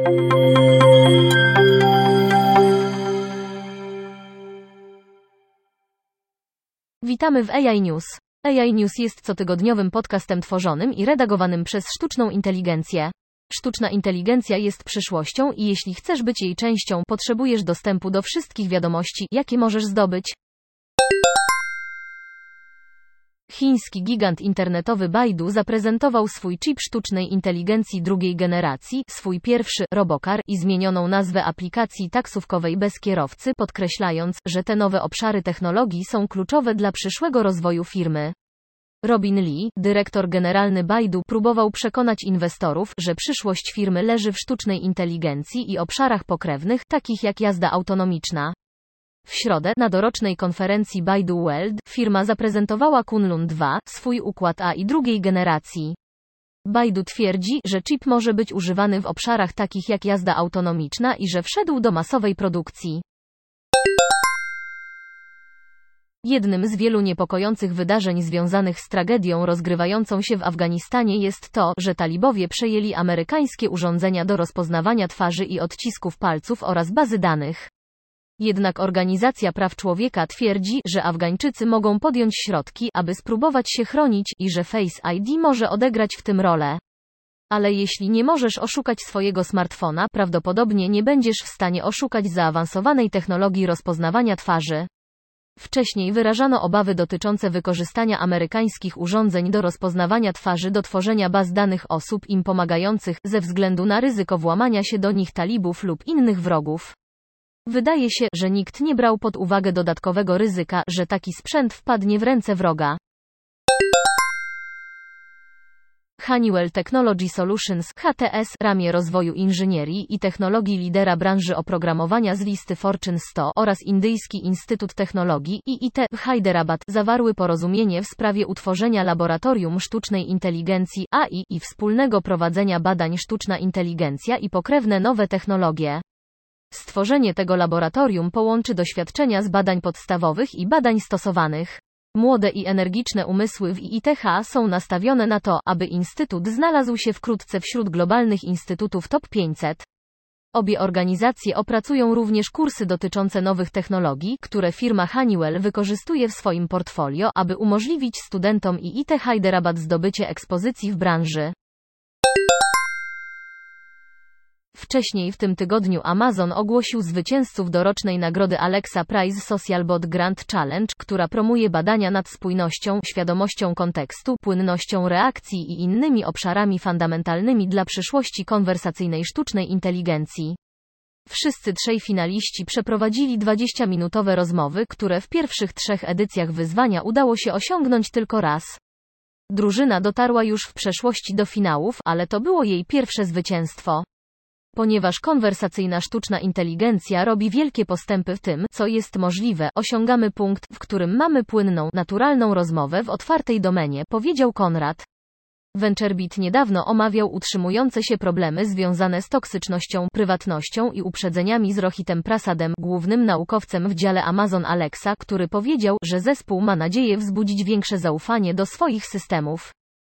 Witamy w AI News. AI News jest cotygodniowym podcastem tworzonym i redagowanym przez sztuczną inteligencję. Sztuczna inteligencja jest przyszłością i jeśli chcesz być jej częścią, potrzebujesz dostępu do wszystkich wiadomości, jakie możesz zdobyć. Chiński gigant internetowy Baidu zaprezentował swój chip sztucznej inteligencji drugiej generacji, swój pierwszy Robocar i zmienioną nazwę aplikacji taksówkowej bez kierowcy, podkreślając, że te nowe obszary technologii są kluczowe dla przyszłego rozwoju firmy. Robin Li, dyrektor generalny Baidu, próbował przekonać inwestorów, że przyszłość firmy leży w sztucznej inteligencji i obszarach pokrewnych, takich jak jazda autonomiczna. W środę, na dorocznej konferencji Baidu World, firma zaprezentowała Kunlun 2, swój układ AI drugiej generacji. Baidu twierdzi, że chip może być używany w obszarach takich jak jazda autonomiczna i że wszedł do masowej produkcji. Jednym z wielu niepokojących wydarzeń związanych z tragedią rozgrywającą się w Afganistanie jest to, że talibowie przejęli amerykańskie urządzenia do rozpoznawania twarzy i odcisków palców oraz bazy danych. Jednak Organizacja Praw Człowieka twierdzi, że Afgańczycy mogą podjąć środki, aby spróbować się chronić i że Face ID może odegrać w tym rolę. Ale jeśli nie możesz oszukać swojego smartfona, prawdopodobnie nie będziesz w stanie oszukać zaawansowanej technologii rozpoznawania twarzy. Wcześniej wyrażano obawy dotyczące wykorzystania amerykańskich urządzeń do rozpoznawania twarzy do tworzenia baz danych osób im pomagających, ze względu na ryzyko włamania się do nich talibów lub innych wrogów. Wydaje się, że nikt nie brał pod uwagę dodatkowego ryzyka, że taki sprzęt wpadnie w ręce wroga. Honeywell Technology Solutions (HTS), ramię rozwoju inżynierii i technologii lidera branży oprogramowania z listy Fortune 100 oraz Indyjski Instytut Technologii IIT w Hyderabad zawarły porozumienie w sprawie utworzenia laboratorium sztucznej inteligencji AI i wspólnego prowadzenia badań sztuczna inteligencja i pokrewne nowe technologie. Stworzenie tego laboratorium połączy doświadczenia z badań podstawowych i badań stosowanych. Młode i energiczne umysły w IITH są nastawione na to, aby instytut znalazł się wkrótce wśród globalnych instytutów top 500. Obie organizacje opracują również kursy dotyczące nowych technologii, które firma Honeywell wykorzystuje w swoim portfolio, aby umożliwić studentom IIT Hyderabad zdobycie ekspozycji w branży. Wcześniej w tym tygodniu Amazon ogłosił zwycięzców dorocznej nagrody Alexa Prize Social Bot Grand Challenge, która promuje badania nad spójnością, świadomością kontekstu, płynnością reakcji i innymi obszarami fundamentalnymi dla przyszłości konwersacyjnej sztucznej inteligencji. Wszyscy trzej finaliści przeprowadzili 20-minutowe rozmowy, które w pierwszych 3 edycjach wyzwania udało się osiągnąć tylko raz. Drużyna dotarła już w przeszłości do finałów, ale to było jej pierwsze zwycięstwo. Ponieważ konwersacyjna sztuczna inteligencja robi wielkie postępy w tym, co jest możliwe, osiągamy punkt, w którym mamy płynną, naturalną rozmowę w otwartej domenie, powiedział Konrad. VentureBeat niedawno omawiał utrzymujące się problemy związane z toksycznością, prywatnością i uprzedzeniami z Rohitem Prasadem, głównym naukowcem w dziale Amazon Alexa, który powiedział, że zespół ma nadzieję wzbudzić większe zaufanie do swoich systemów.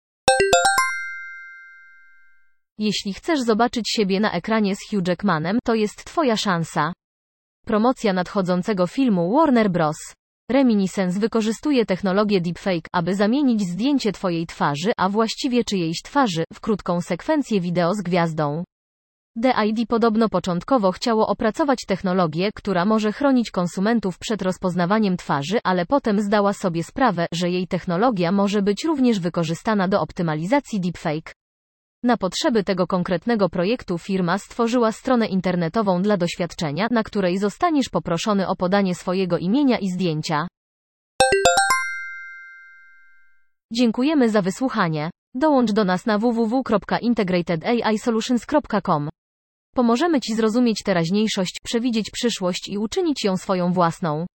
Jeśli chcesz zobaczyć siebie na ekranie z Hugh Jackmanem, to jest twoja szansa. Promocja nadchodzącego filmu Warner Bros. Reminiscence wykorzystuje technologię deepfake, aby zamienić zdjęcie twojej twarzy, a właściwie czyjejś twarzy, w krótką sekwencję wideo z gwiazdą. The ID podobno początkowo chciało opracować technologię, która może chronić konsumentów przed rozpoznawaniem twarzy, ale potem zdała sobie sprawę, że jej technologia może być również wykorzystana do optymalizacji deepfake. Na potrzeby tego konkretnego projektu firma stworzyła stronę internetową dla doświadczenia, na której zostaniesz poproszony o podanie swojego imienia i zdjęcia. Dziękujemy za wysłuchanie. Dołącz do nas na www.integratedAIsolutions.com. Pomożemy Ci zrozumieć teraźniejszość, przewidzieć przyszłość i uczynić ją swoją własną.